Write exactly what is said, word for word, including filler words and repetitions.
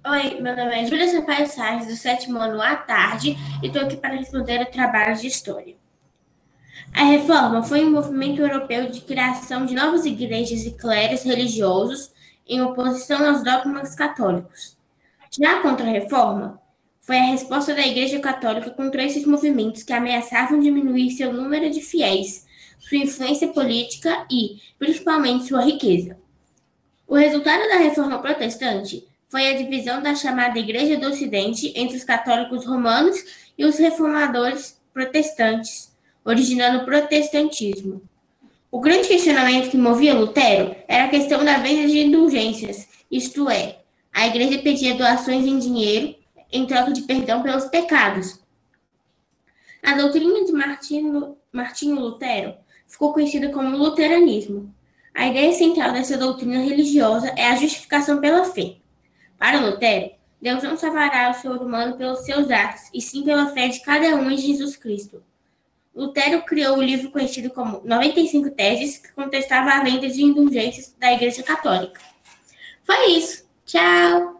Oi, meu nome é Júlia Sampaio Salles, do sétimo ano à tarde, e estou aqui para responder o trabalho de história. A Reforma foi um movimento europeu de criação de novas igrejas e clérigos religiosos em oposição aos dogmas católicos. Já a Contra-Reforma foi a resposta da Igreja Católica contra esses movimentos que ameaçavam diminuir seu número de fiéis, sua influência política e, principalmente, sua riqueza. O resultado da Reforma Protestante foi a divisão da chamada Igreja do Ocidente entre os católicos romanos e os reformadores protestantes, originando o protestantismo. O grande questionamento que movia Lutero era a questão da venda de indulgências, isto é, a Igreja pedia doações em dinheiro em troca de perdão pelos pecados. A doutrina de Martinho, Martinho Lutero ficou conhecida como luteranismo. A ideia central dessa doutrina religiosa é a justificação pela fé. Para Lutero, Deus não salvará o ser humano pelos seus atos, e sim pela fé de cada um em Jesus Cristo. Lutero criou o livro conhecido como noventa e cinco Teses, que contestava a venda de indulgências da Igreja Católica. Foi isso. Tchau!